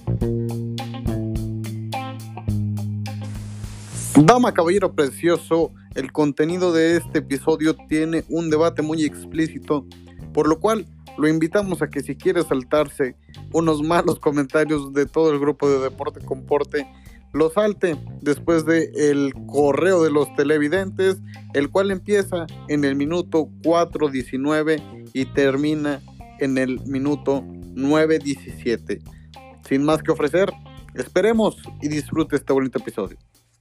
Dama, caballero precioso, el contenido de este episodio tiene un debate muy explícito, por lo cual lo invitamos a que si quiere saltarse unos malos comentarios de todo el grupo de Deporte con Porte, lo salte después del correo de los televidentes, el cual empieza en el minuto 4:19 y termina en el minuto 9:17. Sin más que ofrecer, esperemos y disfrute este bonito episodio.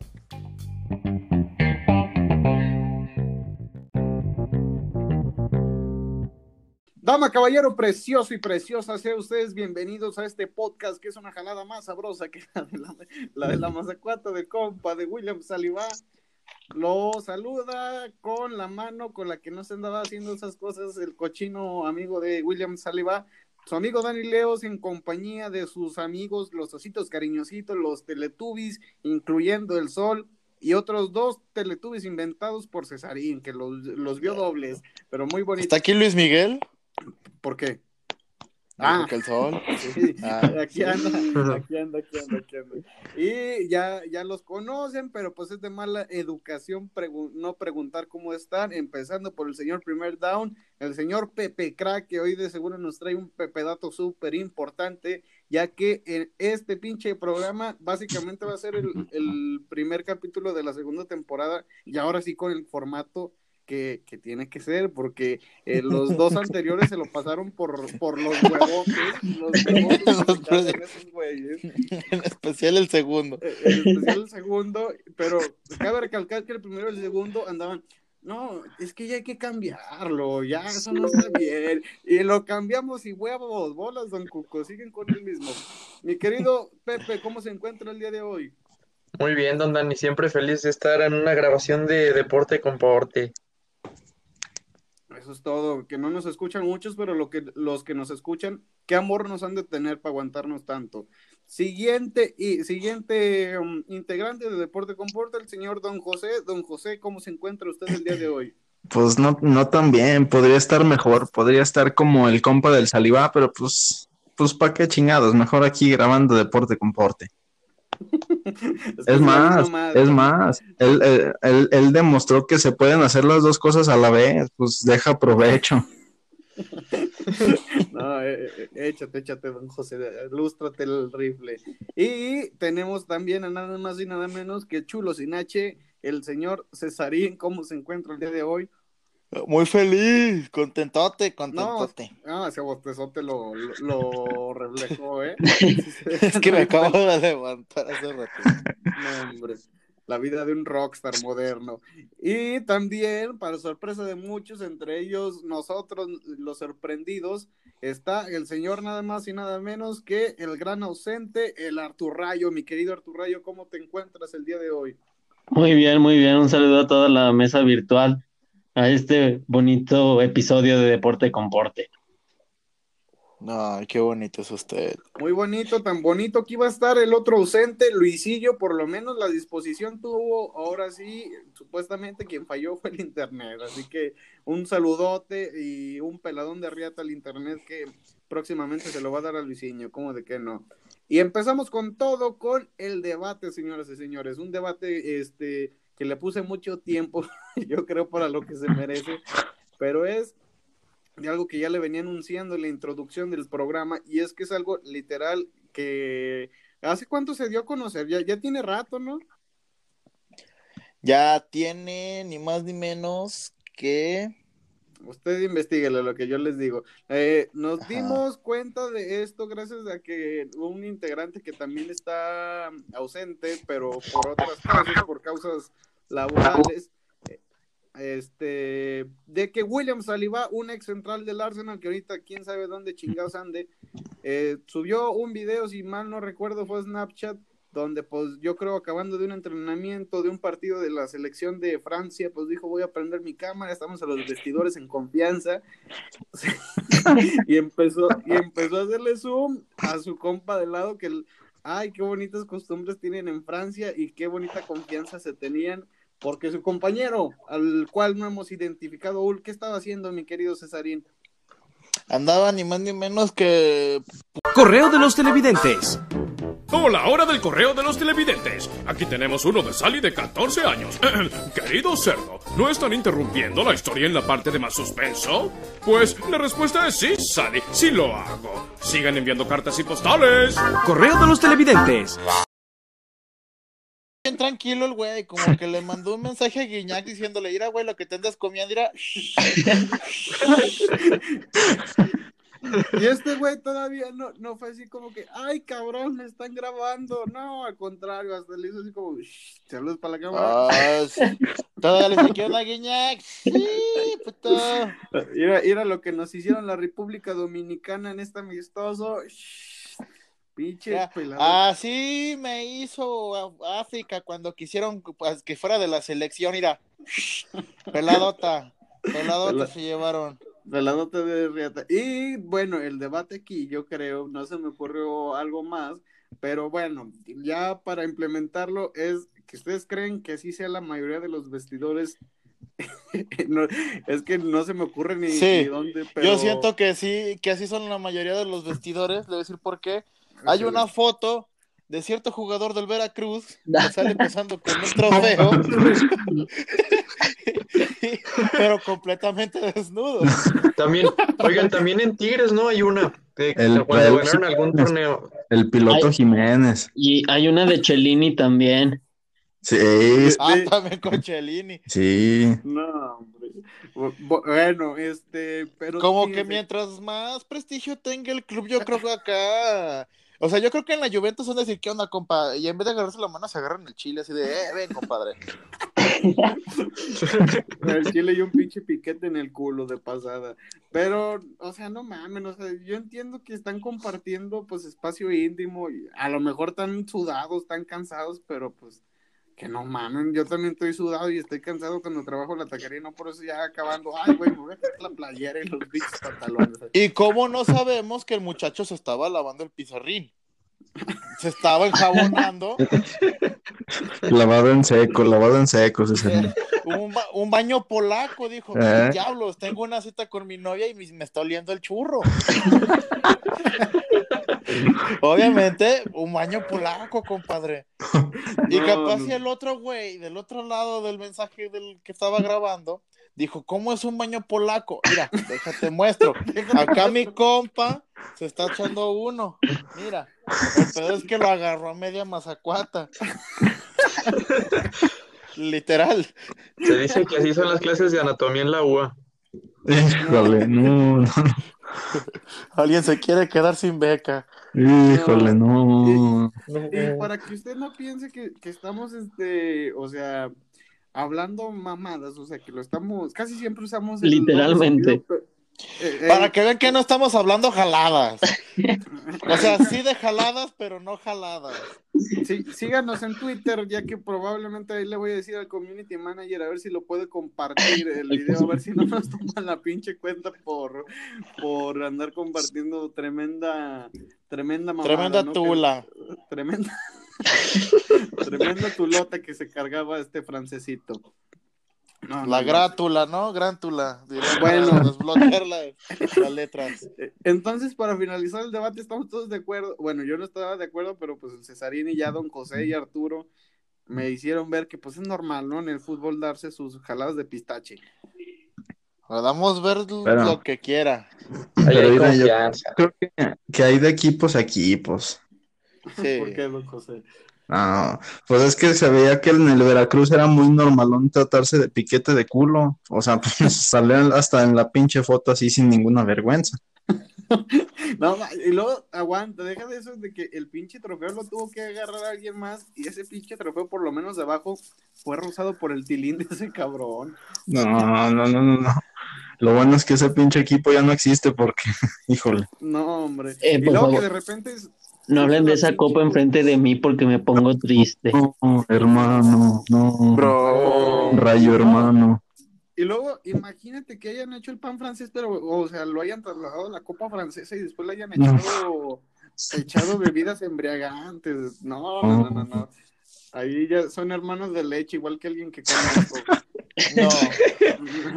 Dama, caballero precioso y preciosa, sean ustedes bienvenidos a este podcast que es una jalada más sabrosa que la de la mazacuata de compa de William Saliba. Lo saluda con la mano con la que no se andaba haciendo esas cosas el cochino amigo de William Saliba, su amigo Dani Leos, en compañía de sus amigos los ositos cariñositos, los Teletubbies, incluyendo el Sol, y otros dos Teletubbies inventados por Cesarín, que los vio dobles, pero muy bonitos. ¿Está aquí Luis Miguel? ¿Por qué? Porque el Sol. Sí, aquí anda. Y ya los conocen, pero pues es de mala educación no preguntar cómo están, empezando por el señor Primer Down, el señor Pepe Crack, que hoy de seguro nos trae un pepedato súper importante, ya que en este pinche programa básicamente va a ser el primer capítulo de la segunda temporada, y ahora sí con el formato que tiene que ser, porque los dos anteriores se lo pasaron por los huevotes, esos güeyes. En especial el segundo. Pero cabe recalcar que el primero y el segundo andaban, no, es que ya hay que cambiarlo, ya eso no está bien, y lo cambiamos y huevos, bolas, don Cuco, siguen con el mismo. Mi querido Pepe, ¿cómo se encuentra el día de hoy? Muy bien, don Dani, siempre feliz de estar en una grabación de Deporte con Porte. Eso es todo, que no nos escuchan muchos, pero los que nos escuchan, qué amor nos han de tener para aguantarnos tanto. Siguiente integrante de Deporte con Porte, el señor Don José. Don José, ¿cómo se encuentra usted el día de hoy? Pues no tan bien, podría estar mejor, podría estar como el compa del Saliba, pero pues ¿para qué chingados? Mejor aquí grabando Deporte con Porte. Es más, él demostró que se pueden hacer las dos cosas a la vez, pues deja provecho. No, échate, don José, lústrate el rifle. Y tenemos también a nada más y nada menos que Chulo Sin H, el señor Cesarín. ¿Cómo se encuentra el día de hoy? Muy feliz, contentote. No, ese bostezote lo reflejó, Es que me acabo de levantar hace rato. No, hombre, la vida de un rockstar moderno. Y también, para sorpresa de muchos, entre ellos nosotros, los sorprendidos, está el señor nada más y nada menos que el gran ausente, el Arturrayo. Mi querido Arturrayo, ¿cómo te encuentras el día de hoy? Muy bien, un saludo a toda la mesa virtual a este bonito episodio de Deporte con Porte. Ay, qué bonito es usted. Muy bonito, tan bonito que iba a estar el otro ausente, Luisillo. Por lo menos la disposición tuvo. Ahora sí, supuestamente quien falló fue el internet, así que un saludote y un peladón de riata al internet que próximamente se lo va a dar a Luisillo, ¿cómo de qué no? Y empezamos con todo, con el debate, señoras y señores, un debate que le puse mucho tiempo, yo creo para lo que se merece, pero es de algo que ya le venía anunciando en la introducción del programa, y es que es algo literal que ¿hace cuánto se dio a conocer? Ya tiene rato, ¿no? Ya tiene ni más ni menos que... Usted investíguele lo que yo les digo. Nos dimos cuenta de esto gracias a que un integrante que también está ausente, pero por otras causas, por causas laborales, de que William Saliba, un ex central del Arsenal, que ahorita quién sabe dónde chingados ande, subió un video, si mal no recuerdo fue Snapchat, donde pues yo creo acabando de un entrenamiento de un partido de la selección de Francia, pues dijo voy a prender mi cámara, estamos a los vestidores en confianza, y empezó a hacerle zoom a su compa de lado, que ay, qué bonitas costumbres tienen en Francia y qué bonita confianza se tenían, porque su compañero, al cual no hemos identificado, ¿qué estaba haciendo, mi querido Cesarín? Andaba ni más ni menos que... Correo de los televidentes. Hola, hora del correo de los televidentes. Aquí tenemos uno de Sally de 14 años. Querido cerdo, ¿no están interrumpiendo la historia en la parte de más suspenso? Pues la respuesta es sí, Sally, sí lo hago. Sigan enviando cartas y postales. Correo de los televidentes. Bien tranquilo el güey, como que le mandó un mensaje a Guiñac diciéndole, mira güey, lo que te andas comiendo, mira. Y este güey todavía no fue así como que, ay cabrón, me están grabando. No, al contrario, hasta le hizo así como, saludos para la cámara. Sí. Todavía le dije, ¿qué onda, Guiñac? Sí, puto. Mira lo que nos hicieron la República Dominicana en este amistoso. Pinche pelado. Así me hizo África cuando quisieron pues, que fuera de la selección, mira. Peladota se llevaron. Peladota de riata. Y bueno, el debate aquí, yo creo, no se me ocurrió algo más, pero bueno, ya para implementarlo es que ustedes creen que así sea la mayoría de los vestidores. No, es que no se me ocurre ni dónde, pero... Yo siento que sí, que así son la mayoría de los vestidores, le voy a decir por qué. Hay una foto de cierto jugador del Veracruz que sale empezando con un trofeo, pero completamente desnudo. También, oigan, también en Tigres, ¿no? Hay una cuando ganaron algún torneo. El piloto Jiménez. Y hay una de Cellini también. Sí. También con Cellini. Sí. No, hombre. Bueno, pero... Como fíjense, que mientras más prestigio tenga el club, yo creo que acá... O sea, yo creo que en la Juventus van a decir, ¿qué onda, compa? Y en vez de agarrarse la mano, se agarran el chile, así de, ven, compadre. el chile y un pinche piquete en el culo de pasada. Pero, o sea, no mames, o sea, yo entiendo que están compartiendo, pues, espacio íntimo, y a lo mejor están sudados, están cansados, pero, pues, que no mamen, yo también estoy sudado y estoy cansado cuando trabajo en la taquería, no por eso ya acabando, ay, güey, me voy a quitar la playera y los bichos pantalones. ¿Y cómo no sabemos que el muchacho se estaba lavando el pizarrín? Se estaba enjabonando. Lavado en seco, César. Un baño polaco, dijo. Diablos, tengo una cita con mi novia y me está oliendo el churro. Obviamente, un baño polaco, compadre. Y capaz si el otro güey, del otro lado del mensaje del que estaba grabando, dijo, ¿cómo es un baño polaco? Mira, déjate muestro. Acá mi compa se está echando uno. Mira, el pedo es que lo agarró a media mazacuata. Literal. Se dice que así son las clases de anatomía en la UA. Híjole, no. Alguien se quiere quedar sin beca. Híjole, no. Y para que usted no piense que estamos, o sea, hablando mamadas, o sea, que lo estamos, casi siempre usamos el literalmente. Para que vean que no estamos hablando jaladas. O sea, sí de jaladas, pero no jaladas. Sí, síganos en Twitter, ya que probablemente ahí le voy a decir al community manager a ver si lo puede compartir el video, a ver si no nos toman la pinche cuenta por andar compartiendo tremenda mamada, Tremenda ¿no? tula. Tremenda tulota que se cargaba este francesito. La grátula, ¿no? Grántula. Bueno, para desbloquear las letras. Entonces, para finalizar el debate, estamos todos de acuerdo. Bueno, yo no estaba de acuerdo, pero pues el Cesarín y ya Don José y Arturo me hicieron ver que pues es normal, ¿no? En el fútbol darse sus jaladas de pistache. Podamos ver lo que quiera. Pero mira, yo confianza. creo que hay de equipos a equipos. Sí. ¿Por qué, Don José? No, pues es que se veía que en el Veracruz era muy normalón tratarse de piquete de culo. O sea, pues salían hasta en la pinche foto así sin ninguna vergüenza. No, y luego, aguanta, deja de eso de que el pinche trofeo lo tuvo que agarrar a alguien más y ese pinche trofeo por lo menos de abajo fue rozado por el tilín de ese cabrón. No. Lo bueno es que ese pinche equipo ya no existe porque, híjole. No, hombre. Y por luego favor, que de repente... no hablen de esa copa enfrente de mí porque me pongo triste. No, hermano, no. Bro. Rayo, hermano. Y luego, imagínate que hayan hecho el pan francés, pero, o sea, lo hayan trasladado a la copa francesa y después le hayan echado bebidas embriagantes. No. Ahí ya son hermanos de leche, igual que alguien que conozco.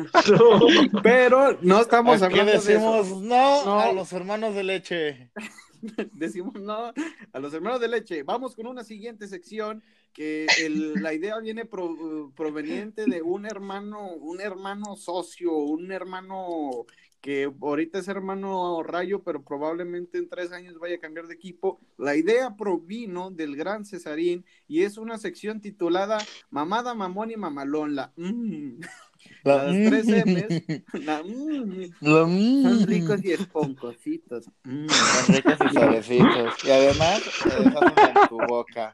No. Pero no estamos Aquí hablando decimos de eso. no a los hermanos de leche. decimos no a los hermanos de leche. Vamos con una siguiente sección que la idea viene proveniente de un hermano socio, un hermano que ahorita es hermano Rayo, pero probablemente en 3 años vaya a cambiar de equipo. La idea provino del gran Cesarín y es una sección titulada Mamada, Mamón y Mamalón. Las 3 M's. Son ricos y esponjositos. Son ricos y suavecitos. Y además se deshacen en tu boca.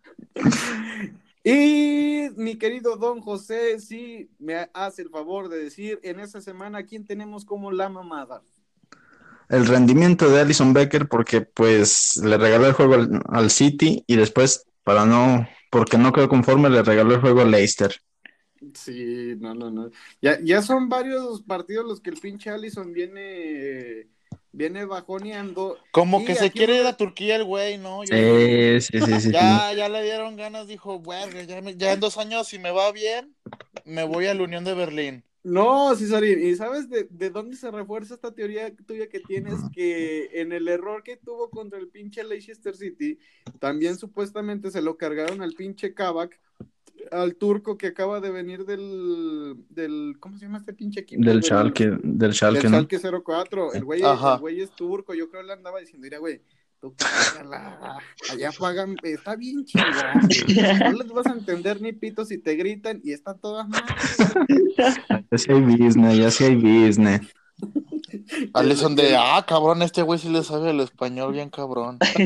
Y mi querido Don José, sí me hace el favor de decir en esta semana quién tenemos como la mamada. El rendimiento de Alisson Becker, porque pues le regaló el juego al City y después, porque no quedó conforme, le regaló el juego al Leicester. Sí, no. Ya son varios partidos los que el pinche Alisson viene bajoneando. Como que se quiere ir a Turquía el güey, ¿no? Sí. Ya le dieron ganas, dijo, bueno, ya en 2 años, si me va bien, me voy a la Unión de Berlín. No, Cesarín, ¿y sabes de dónde se refuerza esta teoría tuya que tienes? Que en el error que tuvo contra el pinche Leicester City, también supuestamente se lo cargaron al pinche Kabak, al turco que acaba de venir del ¿cómo se llama este pinche equipo? Del Schalke, del Schalke 04. El güey es turco, yo creo que le andaba diciendo, mira, güey, tú cállala, allá pagan, está bien chingón, no les vas a entender ni pito si te gritan y está toda mal. Ya sí hay business. Alisson cabrón, este güey sí le sabe el español bien cabrón. Sí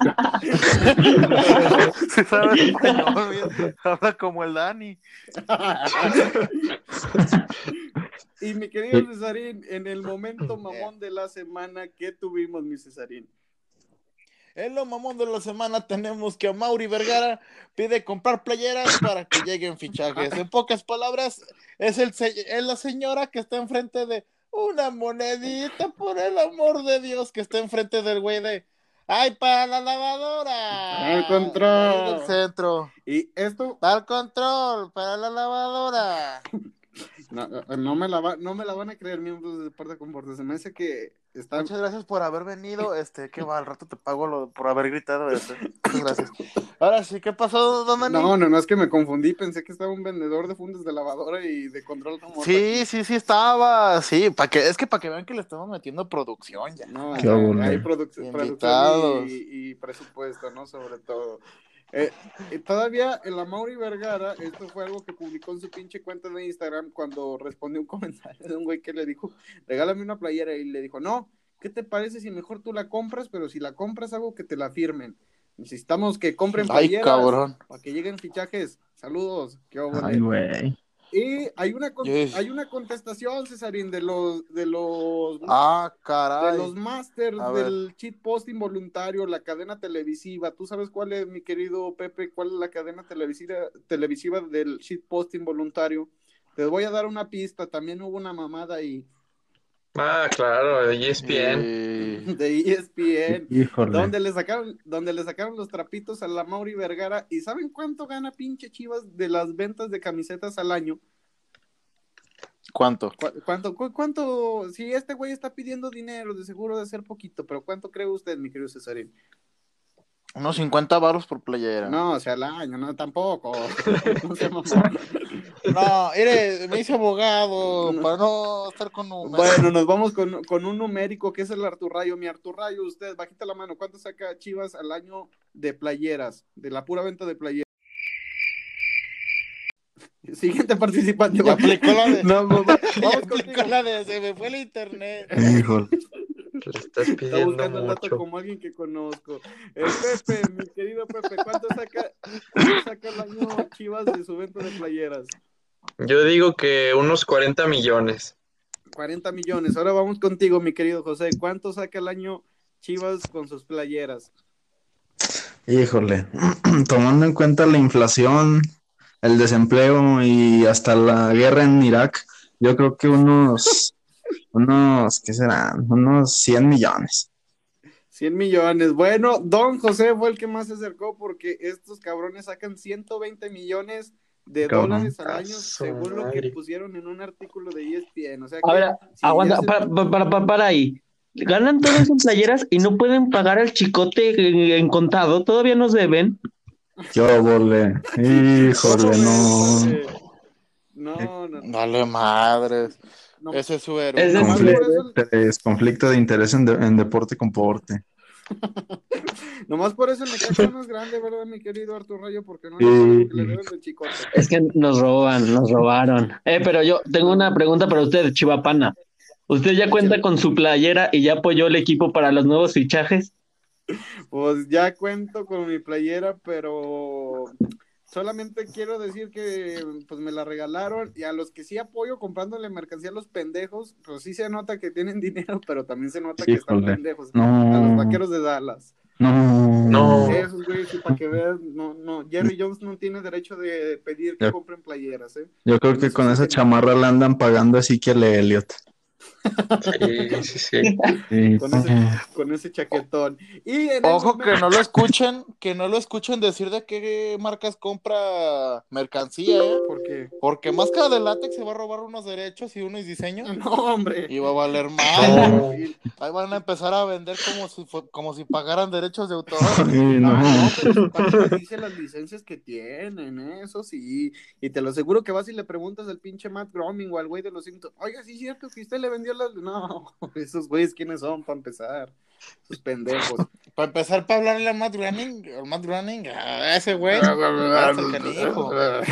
sabe el español bien, habla como el Dani. Y mi querido Cesarín, en el momento mamón de la semana, ¿qué tuvimos, mi Cesarín? En lo mamón de la semana tenemos que Amaury Vergara pide comprar playeras para que lleguen fichajes. En pocas palabras, es la señora que está enfrente de una monedita, por el amor de Dios, que está enfrente del güey de ¡ay, para la lavadora! ¡Al control! Del centro. ¿Y esto? ¡Al control! ¡Para la lavadora! No me la van a creer, miembros de Deporte con Porte. Se me hace que están... Muchas gracias por haber venido. ¿Qué va? Al rato te pago por haber gritado eso. Muchas gracias. Ahora sí, ¿qué pasó, don Dani? No, es que me confundí. Pensé que estaba un vendedor de fundas de lavadora y de control remoto. Sí, estaba. Sí, para que vean que le estamos metiendo producción ya. No, hay producción Invitados. y presupuesto, ¿no? Sobre todo. Todavía el Amaury Vergara, esto fue algo que publicó en su pinche cuenta de Instagram cuando respondió un comentario de un güey que le dijo, regálame una playera, y le dijo, no, ¿qué te parece si mejor tú la compras, pero si la compras algo que te la firmen? Necesitamos que compren playeras para que lleguen fichajes. Saludos. Ay, güey. Y hay una contestación, Cesarín, de los caray. de los masters del cheat post involuntario, la cadena televisiva. ¿Tú sabes cuál es, mi querido Pepe, cuál es la cadena televisiva del cheat post involuntario? Te voy a dar una pista, también hubo una mamada ahí. Claro, de ESPN. De ESPN. Híjole. Donde le sacaron los trapitos a la Amaury Vergara. ¿Y saben cuánto gana pinche Chivas de las ventas de camisetas al año? ¿Cuánto? ¿Cuánto? Si este güey está pidiendo dinero, de seguro de ser poquito, pero ¿cuánto cree usted, mi querido Cesarín? Unos 50 varos por playera. No, o sea, al año, no, tampoco. No, me hice abogado para no estar con números. Bueno, nos vamos con un numérico que es el Arturrayo. Mi Arturrayo, usted, bajita la mano, ¿cuánto saca Chivas al año de playeras? De la pura venta de playeras. Siguiente participante. Ya aplicó la de... Vamos aplicó la de... Se me fue el internet. Híjole. Le estás Está pidiendo buscando el dato mucho. como alguien que conozco. Pepe, mi querido Pepe, ¿cuánto saca el año Chivas de su venta de playeras? Yo digo que unos 40 millones. 40 millones. Ahora vamos contigo, mi querido José. ¿Cuánto saca el año Chivas con sus playeras? Híjole. Tomando en cuenta la inflación, el desempleo y hasta la guerra en Irak, yo creo que unos, ¿qué serán? Unos 100 millones. 100 millones. Bueno, Don José fue el que más se acercó porque estos cabrones sacan 120 millones de dólares al año, según lo que pusieron en un artículo de ESPN. O sea que, A ver, si aguanta, ya se- para ahí. ganan todo eso en playeras y no pueden pagar al chicote en contado, todavía nos deben. Yo volé. Híjole, no. No. Dale madres. No, Ese es su héroe. Ese es nomás su por héroe. eso, Conflicto de interés en deporte con porte. nomás por eso el Necaxa no es grande, ¿verdad, mi querido Arturo Rayo? Porque no Sí. le pagan lo que le deben de chicote. Es que nos robaron. Pero yo tengo una pregunta para usted, Chivapana. ¿Usted ya cuenta con su playera y ya apoyó el equipo para los nuevos fichajes? Pues ya cuento con mi playera, pero solamente quiero decir que pues me la regalaron y a los que sí apoyo comprándole mercancía a los pendejos, pues sí se nota que tienen dinero, pero también se nota que están Híjole. pendejos. No. A los Vaqueros de Dallas. No. Esos güeyes, sí, para que veas, no, Jerry Jones no tiene derecho de pedir que compren playeras, ¿eh? Yo creo que con esa chamarra la andan pagando así que le Elliot. Sí. Sí. Con ese chaquetón. Y en Ojo que no lo escuchen decir de qué marcas compra mercancía, Porque porque Máscara de Látex se va a robar unos derechos y unos diseños no, hombre. y va a valer mal. No. Ahí van a empezar a vender como si pagaran derechos de autor. No, pero su página dice las licencias que tienen, eso sí. Y te lo aseguro que vas y le preguntas al pinche Matt Groening o al güey de los Simpsons, oiga, sí es cierto que usted le vendió las... No, esos güeyes, ¿quiénes son para empezar? Esos pendejos. Para empezar, para hablarle a Matt Groening, a ese güey, hasta el canijo.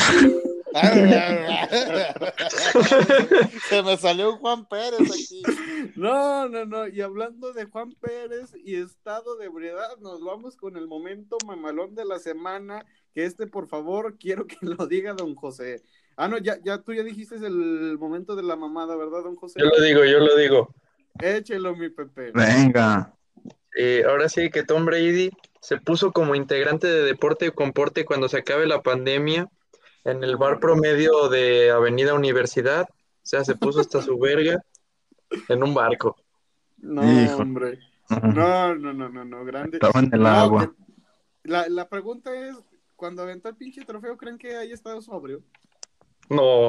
Se me salió un Juan Pérez aquí. No. Y hablando de Juan Pérez y estado de ebriedad, nos vamos con el momento mamalón de la semana. Que por favor, quiero que lo diga don José. Ah, no, ya tú ya dijiste el momento de la mamada, ¿verdad, don José? Yo lo digo. Échelo, mi Pepe. Venga. Ahora sí que Tom Brady se puso como integrante de Deporte con Porte cuando se acabe la pandemia en el bar promedio de Avenida Universidad. O sea, se puso hasta su verga en un barco. No, Hijo. hombre. No, grande. Estaba en el agua. La pregunta es, cuando aventó el pinche trofeo, ¿creen que haya estado sobrio? No,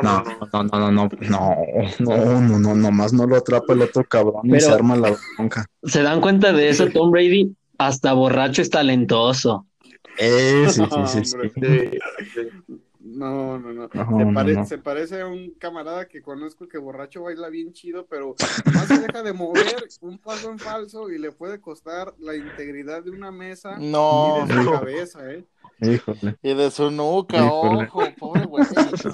Nomás no lo atrapa el otro cabrón y Pero- se arma la bronca. ¿Se dan cuenta de eso? Tom Brady, hasta borracho, es talentoso. Sí. Hombre. No. No. Se parece a un camarada que conozco que borracho baila bien chido, pero más se deja de mover un paso en falso y le puede costar la integridad de una mesa No. y de su cabeza, ¿eh? Híjole. Y de su nuca, Híjole. ojo, pobre güey.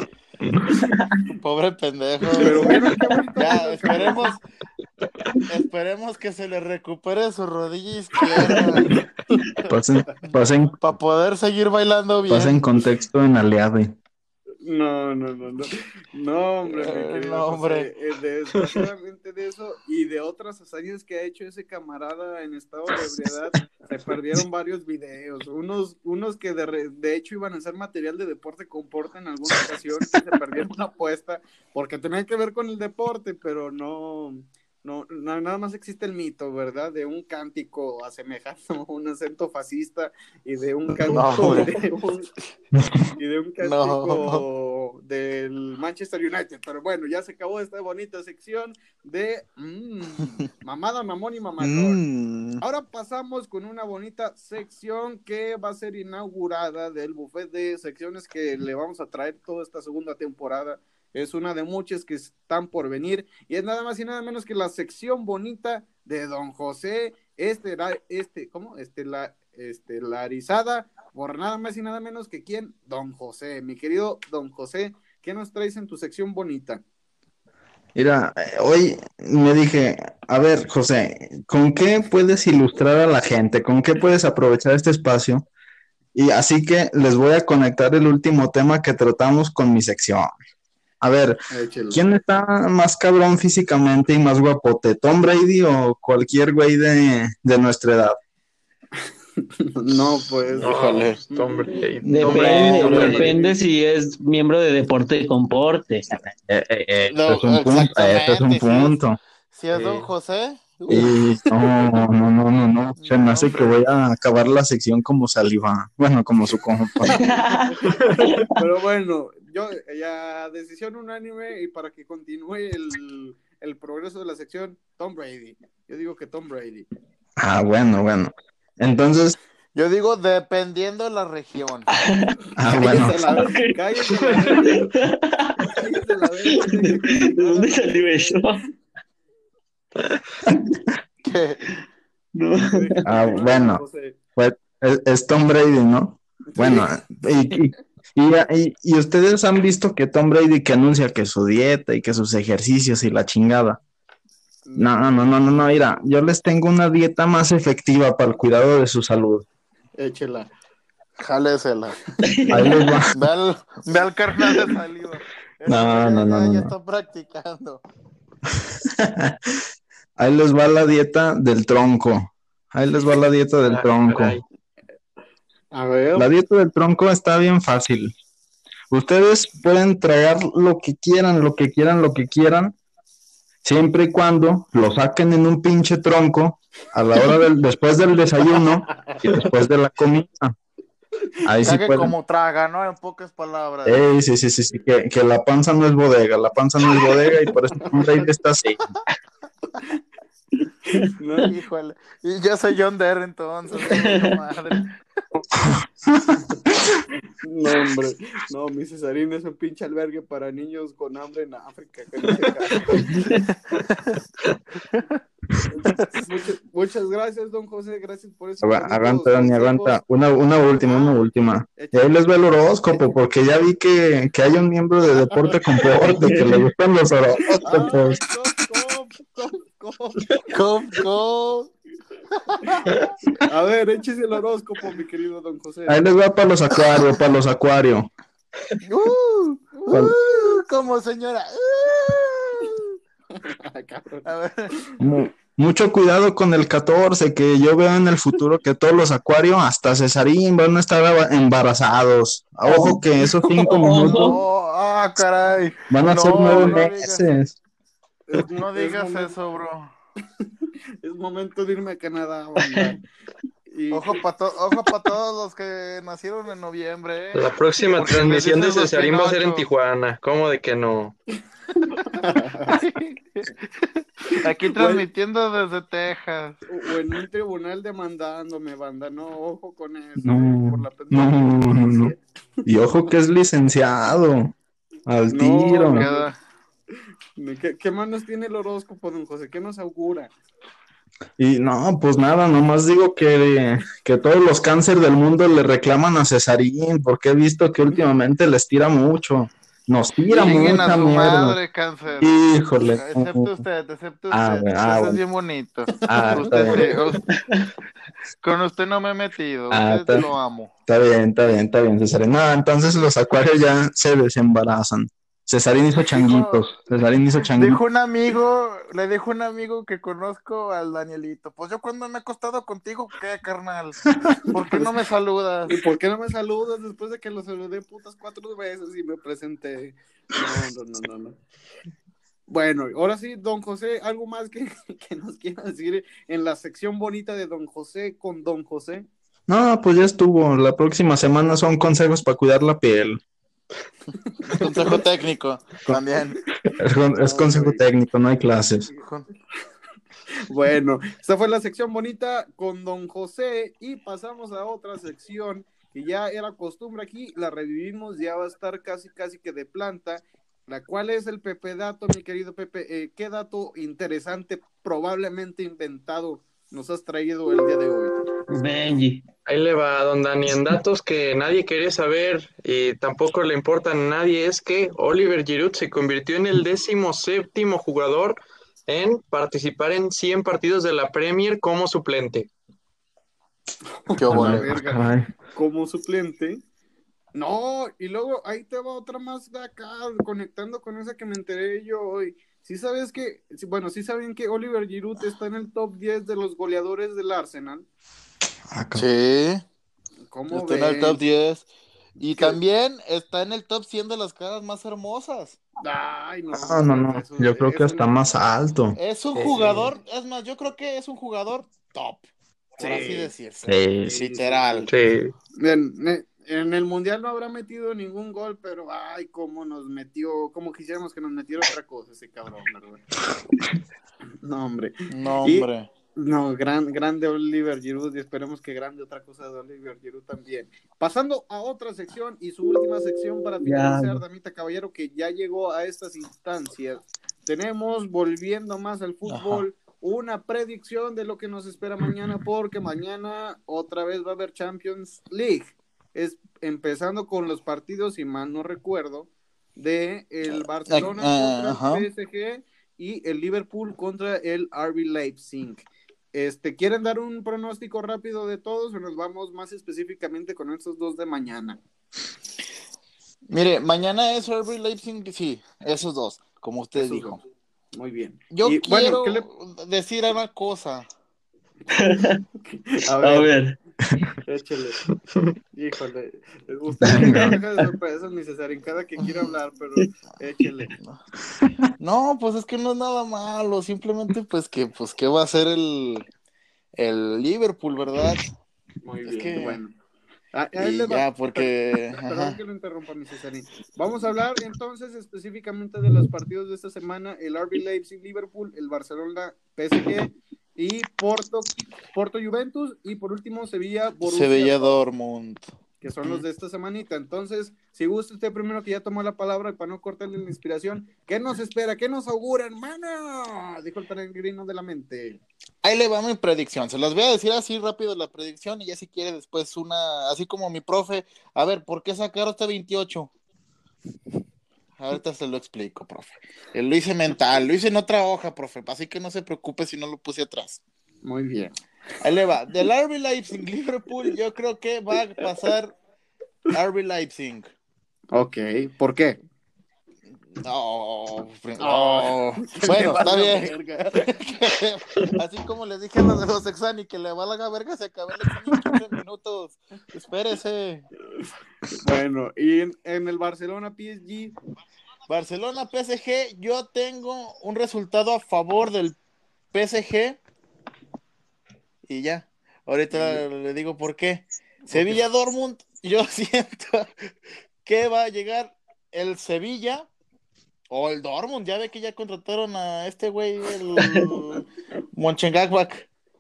Pobre pendejo. Pero bueno, qué bonito. Ya, esperemos que se le recupere su rodilla izquierda Pasen para poder seguir bailando bien. Pasen contexto en aliado. No, hombre, mi querido No, hombre. José, desgraciadamente de eso y de otras hazañas que ha hecho ese camarada en estado de ebriedad, se perdieron varios videos, unos que de hecho iban a ser material de Deporte con Porte en alguna ocasión, que se perdieron una apuesta, porque tenían que ver con el deporte, pero no, nada más existe el mito, ¿verdad? De un cántico asemejado a un acento fascista y de un cántico cántico del Manchester United. Pero bueno, ya se acabó esta bonita sección de mamada, mamón y mamalón. Ahora pasamos con una bonita sección que va a ser inaugurada del buffet de secciones que le vamos a traer toda esta segunda temporada. Es una de muchas que están por venir y es nada más y nada menos que la sección bonita de don José, estelarizada por nada más y nada menos que quién, don José. Mi querido don José, ¿qué nos traes en tu sección bonita? Mira, hoy me dije, a ver, José, ¿con qué puedes ilustrar a la gente? ¿Con qué puedes aprovechar este espacio? Y así que les voy a conectar el último tema que tratamos con mi sección. A ver, Échelo. ¿quién está más cabrón físicamente y más guapote? ¿Tom Brady o cualquier güey de nuestra edad? No, pues. Híjole. Tom Brady. Depende si es miembro de Deporte con Porte. Este es un punto. Si es don José. Y no. Se me hace que voy a acabar la sección como saliva. Bueno, como su compa. Pero bueno, yo ya decisión unánime y para que continúe el progreso de la sección, Tom Brady. Yo digo que Tom Brady. Ah, bueno. Entonces, Yo digo, dependiendo de la región. bueno. Cállese la verga. ¿De dónde salió eso? ¿Qué? No. Bueno, pues es Tom Brady, ¿no? Bueno, y ustedes han visto que Tom Brady que anuncia que su dieta y que sus ejercicios y la chingada. No, mira, yo les tengo una dieta más efectiva para el cuidado de su salud. Échela. Jálesela. Ahí les va. Ve al carnal de saliva. No. Ya está practicando. Ahí les va la dieta del tronco. Caray. A ver. La dieta del tronco está bien fácil. Ustedes pueden tragar lo que quieran, siempre y cuando lo saquen en un pinche tronco a la hora después del desayuno y después de la comida. Ahí sí Cague pueden. como traga, ¿no? En pocas palabras. Sí, que la panza no es bodega, y por eso Brady está así. No, Híjole. Y yo soy John Derry entonces. Madre. no, hombre. No, mi Cesarín es un pinche albergue para niños con hambre en África. Que no se muchas gracias, don José. Gracias por eso. Aguanta, Dani, aguanta. Una última. Y ahí les va el horóscopo, porque ya vi que hay un miembro de Deporte con Porte que le gustan los horóscopos. A ver, échese el horóscopo, mi querido don José. Ahí les va para los acuarios. Como señora. A ver. Mucho cuidado con el 14, que yo veo en el futuro que todos los acuarios, hasta Cesarín, van a estar embarazados. Ojo que esos 5 minutos Caray. van a ser 9 meses. No digas eso, bro. Es momento de irme a Canadá, banda. Ojo para todos los que nacieron en noviembre. La próxima Porque transmisión de les dicen los Cesarín va a ser en Pinocho. Tijuana. ¿Cómo de que no? Aquí transmitiendo desde Texas. O en un tribunal demandándome, banda. No, ojo con eso. No. Por la pendeja. Y ojo que es licenciado. Al tiro. ¿Qué manos tiene el horóscopo, don José? ¿Qué nos augura? Y no, pues nada, nomás digo que todos los cánceres del mundo le reclaman a Cesarín, porque he visto que últimamente les tira mucho. Nos tira Lleguen a mucha su mierda. madre, cáncer. Híjole. Excepto usted. Bueno. Usted es bien bonito. Está bien. Con usted no me he metido. Está Usted lo amo. Está bien, Cesarín. No, entonces los acuarios ya se desembarazan. Cesarín hizo changuitos. Dijo un amigo, le dijo un amigo que conozco al Danielito. Pues yo cuando me he acostado contigo, ¿qué, carnal? ¿Por qué no me saludas? ¿Y por qué no me saludas después de que lo saludé putas 4 veces y me presenté? No. Bueno, ahora sí, don José, ¿algo más que nos quiera decir en la sección bonita de don José con don José? No, pues ya estuvo. La próxima semana son consejos para cuidar la piel. Consejo técnico también. Es consejo técnico, no hay clases. Bueno, esta fue la sección bonita con don José y pasamos a otra sección que ya era costumbre aquí, la revivimos, ya va a estar casi que de planta, la cual es el Pepe Dato, mi querido Pepe. ¿Qué dato interesante, probablemente inventado, nos has traído el día de hoy? Benji. Ahí le va, don Dani, en datos que nadie quería saber y tampoco le importan a nadie, es que Oliver Giroud se convirtió en el 17º jugador en participar en 100 partidos de la Premier como suplente. Qué bueno. Verga, como suplente. No, y luego ahí te va otra más de acá, conectando con esa que me enteré yo hoy. Sí saben que Oliver Giroud está en el top 10 de los goleadores del Arsenal. Sí. ¿Cómo Está ven? en el top 10. Y ¿Qué? también está en el top 100 de las caras más hermosas. Ay, no. No. Yo creo que está más alto. Es un jugador, es más, yo creo que es un jugador top, por así decirse. Sí. Literal. Sí. Bien, En el Mundial no habrá metido ningún gol, pero ay, cómo nos metió, cómo quisiéramos que nos metiera otra cosa ese cabrón, ¿verdad? No, hombre. No, Y, hombre. no, grande Oliver Giroud, y esperemos que grande otra cosa de Oliver Giroud también. Pasando a otra sección y su última sección para finalizar, damita caballero, que ya llegó a estas instancias. Tenemos, volviendo más al fútbol, una predicción de lo que nos espera mañana, porque mañana otra vez va a haber Champions League. Es empezando con los partidos, si mal no recuerdo, de el Barcelona contra el PSG y el Liverpool contra el RB Leipzig. ¿Quieren dar un pronóstico rápido de todos o nos vamos más específicamente con estos dos de mañana? Mire, mañana es RB Leipzig, sí, esos dos, como usted Esos dijo. Dos. Muy bien. Yo quiero decir una cosa. A ver. Échale. Híjole. Usted me deja de sorpresas, mi Cesarín, cada que quiera hablar, pero échale. No, pues es que no es nada malo, simplemente pues que va a ser el Liverpool, ¿verdad? Muy es bien, que... bueno. Y ya, porque... Perdón que lo interrumpa, mi Cesarín. Vamos a hablar entonces específicamente de los partidos de esta semana, el RB Leipzig Liverpool, el Barcelona PSG y Porto Juventus y por último Sevilla Dortmund, que son los de esta semanita. Entonces, si gusta usted primero, que ya tomó la palabra, y para no cortarle la inspiración, ¿qué nos espera? ¿Qué nos augura, hermano? Dijo el peregrino de la mente. Ahí le va mi predicción, se las voy a decir así rápido la predicción y ya si quiere después una, así como mi profe, a ver, ¿por qué sacaron este 28? Ahorita se lo explico, profe. Lo hice mental, lo hice en otra hoja, profe, así que no se preocupe si no lo puse atrás. Muy bien. Ahí le va. Del RB Leipzig Liverpool, yo creo que va a pasar RB Leipzig. Ok, ¿por qué? No. Bueno, está bien. Así como les dije a los de los Exani, que le valga la verga, se acabó el examen en 15 minutos. Espérese. Bueno, y en el Barcelona PSG. Barcelona PSG, yo tengo un resultado a favor del PSG. Y ya. Ahorita le digo por qué. Sevilla Dortmund, yo siento que va a llegar el Sevilla o el Dortmund. Ya ve que ya contrataron a este güey, el Mönchengladbach.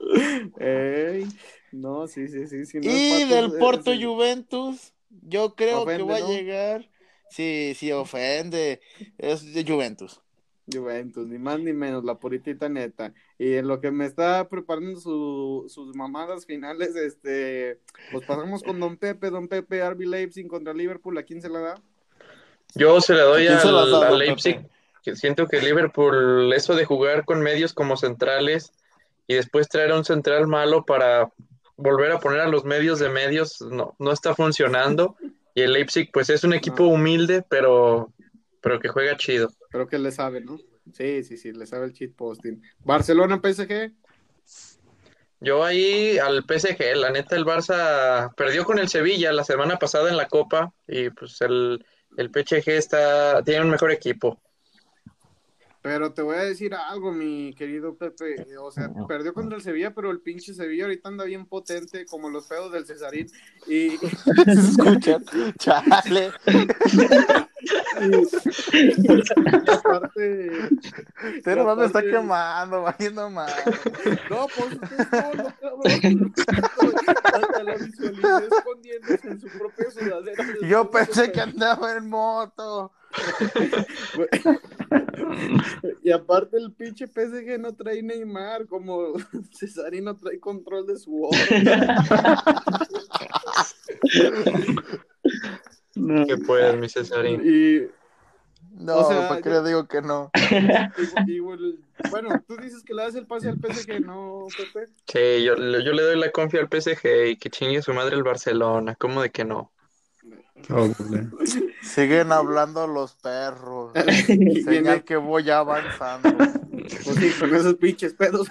No, sí. No y del Porto Juventus, yo creo que va a llegar. Sí, ofende. Es de Juventus, ni más ni menos, la puritita neta. Y en lo que me está preparando sus mamadas finales, pues pasamos con Don Pepe, RB Leipzig contra Liverpool. ¿A quién se la da? Yo se la doy a Leipzig, que siento que Liverpool, eso de jugar con medios como centrales y después traer a un central malo para volver a poner a los medios de medios, no está funcionando. Y el Leipzig, pues es un equipo humilde, pero que juega chido. Pero que le sabe, ¿no? Sí, le sabe el cheat posting. ¿Barcelona, PSG? Yo ahí al PSG, la neta, el Barça perdió con el Sevilla la semana pasada en la Copa y pues el PSG tiene un mejor equipo. Pero te voy a decir algo, mi querido Pepe, o sea, perdió contra el Sevilla, pero el pinche Sevilla ahorita anda bien potente, como los pedos del Cesarín, y... ¿Se escuchan? ¡Chale! Y aparte... Pero no me está quemando, valiendo mal. No, pues usted es solo, cabrón. Hasta la visualicé escondiéndose en su propia sudadera. Yo pensé que andaba en moto. Y aparte el pinche PSG no trae Neymar, como Cesarín no trae control de su oro. ¿Qué puedes, mi Cesarín? No, o sea, ¿para qué le digo que no? Bueno, tú dices que le das el pase al PSG, ¿no, Pepe? Sí, yo le doy la confia al PSG y que chingue su madre el Barcelona, ¿cómo de que no? Siguen hablando los perros. Señal que voy avanzando. Pues sí, con esos pinches pedos.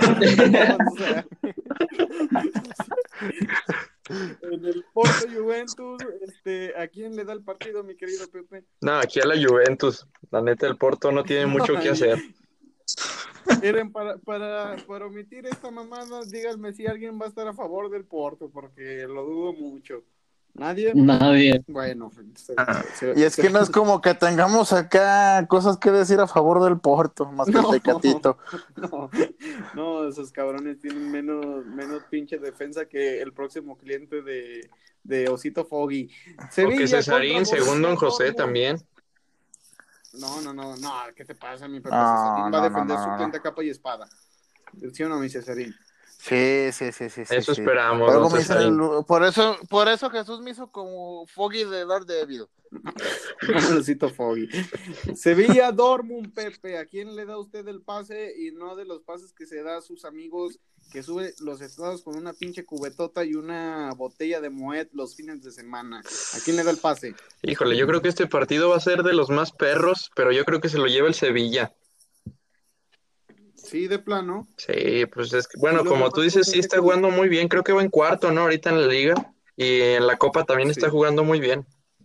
En el Porto Juventus, ¿a quién le da el partido, mi querido Pepe? No, aquí a la Juventus. La neta, el Porto no tiene mucho que hacer. Miren, para omitir esta mamada, díganme si alguien va a estar a favor del Porto, porque lo dudo mucho. ¿Nadie? Nadie. Bueno, Y es que no es como que tengamos acá cosas que decir a favor del Porto, más que el Tecatito. No, esos cabrones tienen menos pinche defensa que el próximo cliente de Osito Foggy. O que Cesarín, contra según Don Borussia José Dortmund. también. No, ¿qué te pasa, mi Pepe? No, Cesarín va a no, defender no, su no. cliente a capa y espada. ¿Sí o no, mi Cesarín? Sí. Eso sí. esperamos, Luego don me dicen Cesarín. por eso Jesús me hizo como Foggy de Daredevil. Como el Osito Foggy. Sevilla Dortmund, Pepe. ¿A quién le da usted el pase y no de los pases que se da a sus amigos que sube los estados con una pinche cubetota y una botella de Moet los fines de semana? ¿A quién le da el pase? Híjole, yo creo que este partido va a ser de los más perros, pero yo creo que se lo lleva el Sevilla. Sí, de plano. Sí, pues es que, bueno, Y los como demás tú dices, sí cosas está que- jugando muy bien. Creo que va en cuarto, ¿no? Ahorita en la liga. Y en la Copa también está Sí. jugando muy bien.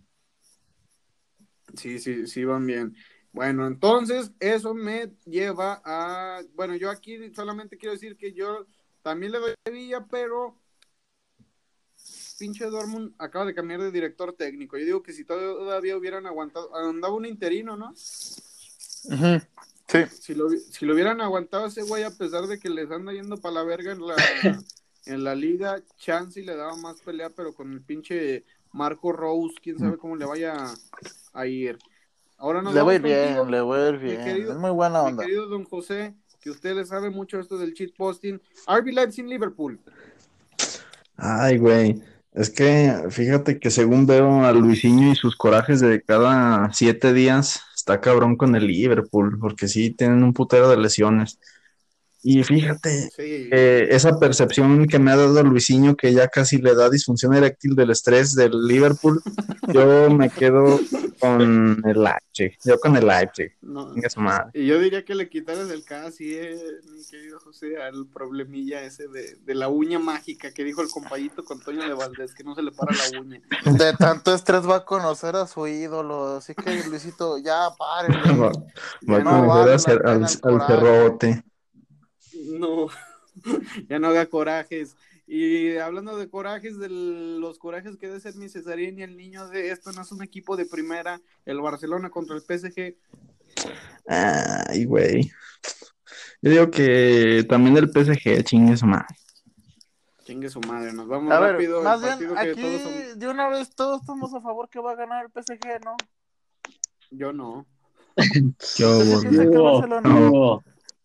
Sí, van bien. Bueno, entonces eso me lleva a... Bueno, yo aquí solamente quiero decir que yo también le doy a Sevilla, pero pinche Dortmund acaba de cambiar de director técnico. Yo digo que si todavía hubieran aguantado, andaba un interino, ¿no? Uh-huh. Sí. Si lo hubieran aguantado ese güey, a pesar de que les anda yendo para la verga en la liga, chance y le daba más pelea, pero con el pinche Marco Rose, quién sabe cómo le vaya a ir. Ahora nos Le voy a vamos ir contigo, bien, le voy a ir mi bien. querido- Es muy buena mi onda. querido don José, que usted le sabe mucho esto del cheat posting. RB Leipzig Liverpool. Ay, güey. Es que fíjate que según veo a Luisinho y sus corajes de cada 7 días, está cabrón con el Liverpool, porque sí tienen un putero de lesiones. Y fíjate, Sí. esa percepción que me ha dado Luisinho, que ya casi le da disfunción eréctil del estrés del Liverpool, yo me quedo con el Leipzig. Yo con el Leipzig. No. Venga su madre. Y yo diría que le quitaras el casi, mi querido José, al problemilla ese de la uña mágica que dijo el compañito con Toño de Valdés, que no se le para la uña. De tanto estrés va a conocer a su ídolo. Así que, Luisito, ya párele. Va Ya a no conocer vale a la hacer pena el al coraje. cerrote. No, ya no haga corajes. Y hablando de corajes, de los corajes que debe ser mi Cesarín y el niño de esto no es un equipo de primera, el Barcelona contra el PSG. Ay, güey. Yo digo que también el PSG, chingue su madre. Chingue su madre, nos vamos A ver, rápido. más el bien, partido que aquí todos son... de una vez todos estamos a favor que va a ganar el PSG, ¿no? Yo no. Yo, ¿Usted qué piensa que el Barcelona? No.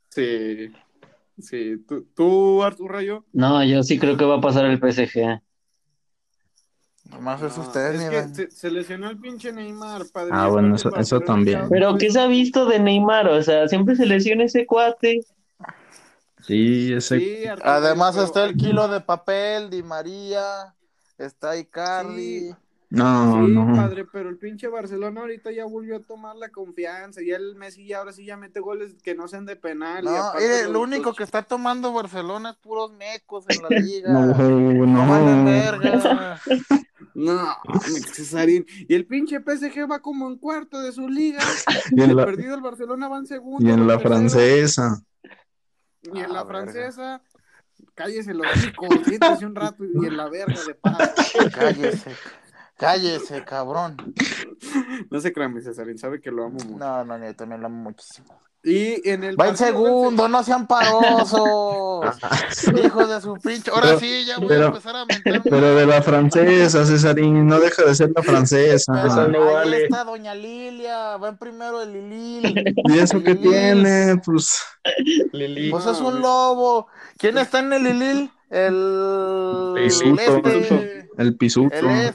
Sí. ¿Tú, Artur Rayo? No, yo sí creo que va a pasar el PSG. Nomás es No, usted, es mi que Dan. se lesionó el pinche Neymar, padre. Ah, Yo bueno, creo que el eso Barcelona también. ya- Pero ¿qué se ha visto de Neymar? O sea, siempre se lesiona ese cuate. Sí, ese. Sí, Artur Además Rayo, está pero el ahí te kilo va. de papel, Di María, está Icardi. Sí, No, sí, no. padre, pero el pinche Barcelona ahorita ya volvió a tomar la confianza. Ya el Messi ya ahora sí ya mete goles que no sean de penal. Y No, aparte mire, lo único que está tomando Barcelona es puros mecos en la liga. No, No valen no. verga. No, Cesarín. Y el pinche PSG va como en cuarto de su liga. Y en El la, perdido el Barcelona va en segundo. y o en la tercero. francesa. Y en la verga. francesa, cállese los hocico, siéntese un rato y en la verga de paso. Cállese, cabrón. No se crean, mi Cesarín, sabe que lo amo mucho. No, yo también lo amo muchísimo. Y en el Va en partido segundo, no sean parosos. Hijos de su pinche. Ahora Pero- sí, ya voy a pero- empezar a mentar. Pero de la francesa, Cesarín, no deja de ser la francesa. Eso no Ahí vale. está Doña Lilia, va en primero el Lilil. ¿Y eso El qué Lilil. tiene? Pues Lili. Pues No, es un mi- lobo. ¿Quién está en el Lilil? El Pisuto, el pisuto,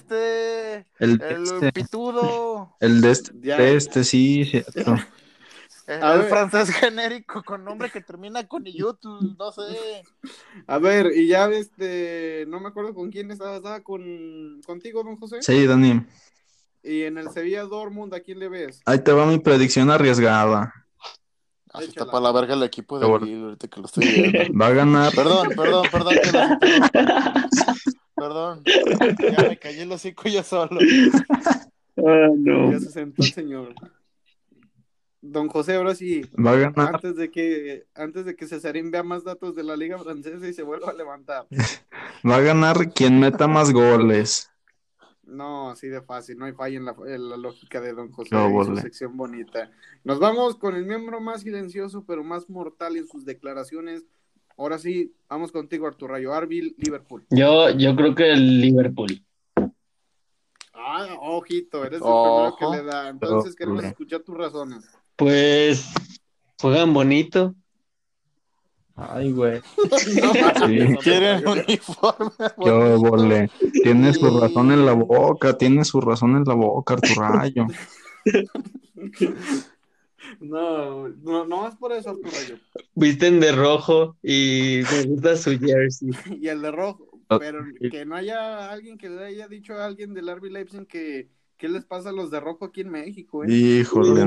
el el pitudo, el Ya. de este, sí, cierto. A el ver. francés genérico con nombre que termina con YouTube, no sé. A ver, y ya no me acuerdo con quién estaba contigo, don José. Sí, Dani, Y en el Sevilla Dortmund, ¿a quién le ves? ahí te va mi predicción arriesgada. Así está Échala. para la verga el equipo de Bueno. Lille, ahorita que lo estoy viendo. Va a ganar, Perdón, que los interrumpa. Perdón, ya me callé el hocico yo solo. No. Ya se sentó el señor. Don José, ahora sí, va a ganar, antes de que Cesarín vea más datos de la Liga Francesa y se vuelva a levantar. va a ganar quien meta más goles. No, así de fácil, no hay falla en la lógica de Don José Qué y su óvole. sección bonita. Nos vamos con el miembro más silencioso, pero más mortal en sus declaraciones. Ahora sí, vamos contigo, Artur Rayo. Arbil, Liverpool. Yo creo que el Liverpool. Ah, ojito, eres el primero que Ojo. le da. Entonces queremos Óvole. escuchar tus razones. Pues juegan bonito. Ay, güey. No, Sí. Quieren uniforme. Qué óvole. Tiene su Y- razón en la boca, tiene su razón en la boca, Artur Rayo. no más por eso, Artur Rayo. Visten de rojo y me gusta su jersey. Y el de rojo, pero que no haya alguien que le haya dicho a alguien del RB Leipzig que qué les pasa a los de rojo aquí en México, Híjole,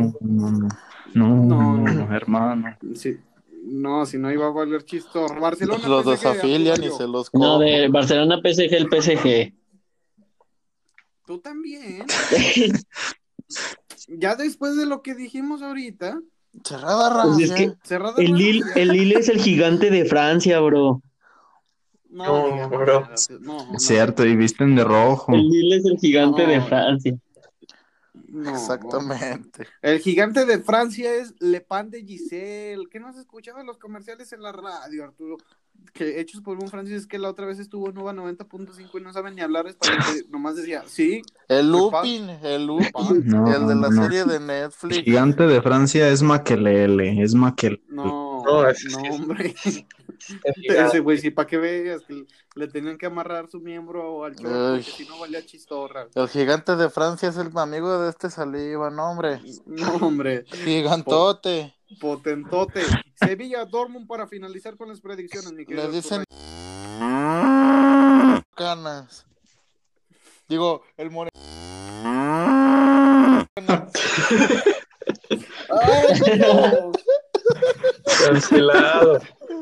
no, hermano. Sí. No, si no iba a valer chistoso. Barcelona Los PSG, desafilian Arturo y Rayo. se los No, cojo. de Barcelona PSG, el PSG. Tú también. Ya después de lo que dijimos ahorita, Cerrada Pues es rancia. que cerrada el Lille es el gigante de Francia, bro. No, No, digas bro. mamadas, no, Es cierto, y visten de rojo. El Lille es el gigante de No. Francia. no. Exactamente. El gigante de Francia es Le Pan de Giselle. ¿Qué no has escuchado los comerciales en la radio, Arturo? Que hechos por un francés que la otra vez estuvo en Nova 90.5 y no sabe ni hablar español. Que nomás decía, sí, El Le Lupin, el Lupin, No, el de la no. serie de El Netflix. gigante de Francia es Makelele, es Makelele. no, No, hombre. Es Ese güey, sí, para que veas que le tenían que amarrar su miembro al chorro, Uy. porque si no valía chistorra. El gigante de Francia es el amigo de este Saliva, no, hombre. No, hombre. Gigantote. Potentote. Sevilla, Dortmund para finalizar con las predicciones, mi querido Le dicen Arturo. canas. Digo, el more. ¡Ay, no! cancelado.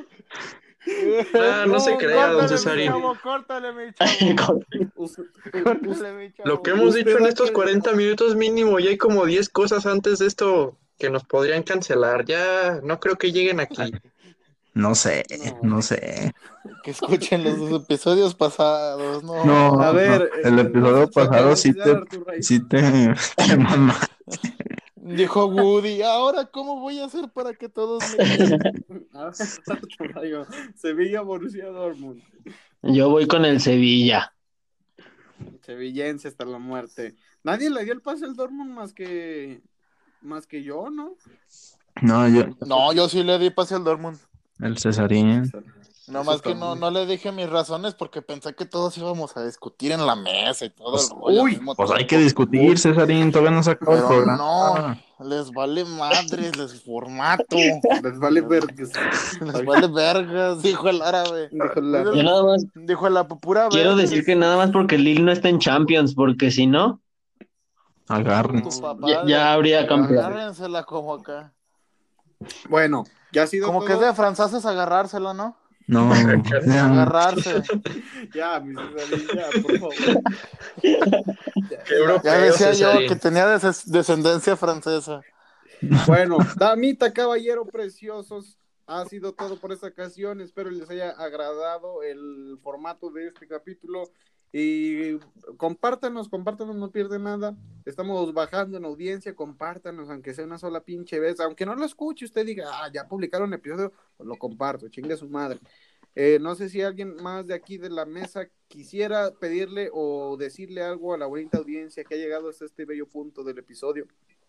No se crea, don Córtale, Cesarín. mi chavo, córtale, mi chavo. Usted- Córtale, mi chavo. Lo que hemos Usted dicho en ha estos que- 40 minutos mínimo, y hay como 10 cosas antes de esto que nos podrían cancelar. Ya no creo que lleguen aquí. No sé. Que escuchen los episodios pasados, no. No, A ver, el episodio entonces, para pasado sí finalizar, Arturo Rey. te mamá. Dijo Woody, ahora cómo voy a hacer para que todos me quieran? A ver, Arturo Rayo. Sevilla, Borussia Dortmund. Yo voy con el Sevilla. Sevillense hasta la muerte. Nadie le dio el pase al Dortmund más que yo, ¿no? No, yo sí le di pase al Dortmund. El Cesarín. Nomás Eso que está no le dije mis razones porque pensé que todos íbamos a discutir en la mesa y todo el Pues, rollo al uy, mismo Pues hay tiempo. que discutir, Cesarín, todavía no se acaba el Pero programa. no, les vale madres, les formato. Les vale vergas. Les vale vergas, dijo el árabe. Dijo la- Yo nada más Dijo la pura quiero vergas. decir que nada más porque el Lille no está en Champions, porque si no, Agarren. Tu papá, ya habría campeón. agárrensela como acá. Bueno, ya ha sido Como todo. que es de franceses agarrársela, ¿no? No, ya. Agarrarse. Ya, mi Cesarín, ya, por favor. Qué europeo, Ya decía yo Cesarín. que tenía descendencia francesa. Bueno, damita, caballero preciosos, ha sido todo por esta ocasión. Espero les haya agradado el formato de este capítulo. Y compártanos, no pierden nada. Estamos bajando en audiencia, compártanos, aunque sea una sola pinche vez. Aunque no lo escuche, usted diga, ya publicaron episodio, pues lo comparto, chingue su madre. No sé si alguien más de aquí de la mesa quisiera pedirle o decirle algo a la bonita audiencia que ha llegado hasta este bello punto del episodio.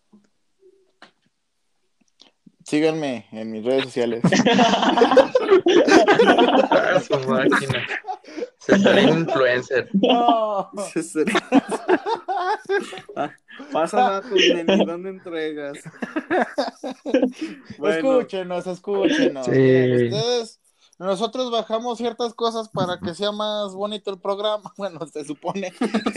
Síganme en mis redes sociales. Ah, su máquina. Cesarín influencer. No. Pasa datos, neni, ¿dónde entregas? Bueno, Escúchenos. Sí. Miren, ustedes, nosotros bajamos ciertas cosas para que sea más bonito el programa. Bueno, se supone.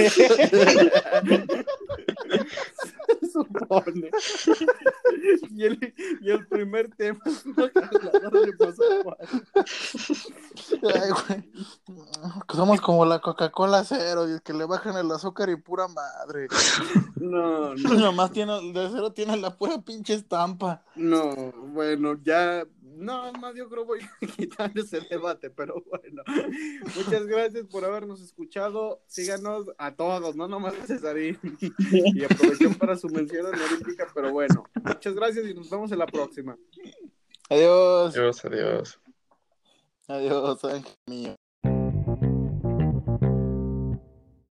se supone. Y el primer tema es una jaladora de pasaporte. Ay, güey. Somos como la Coca-Cola cero, y el que le bajan el azúcar y pura madre. No, Nomás tiene, de cero tiene la pura pinche estampa. bueno, ya No, más yo creo voy a quitar ese debate, pero bueno. Muchas gracias por habernos escuchado. Síganos a todos, no nomás a Cesarín. Y aprovechen para su mención honorífica, pero bueno. Muchas gracias y nos vemos en la próxima. Adiós. Adiós, adiós. Adiós, ángel mío.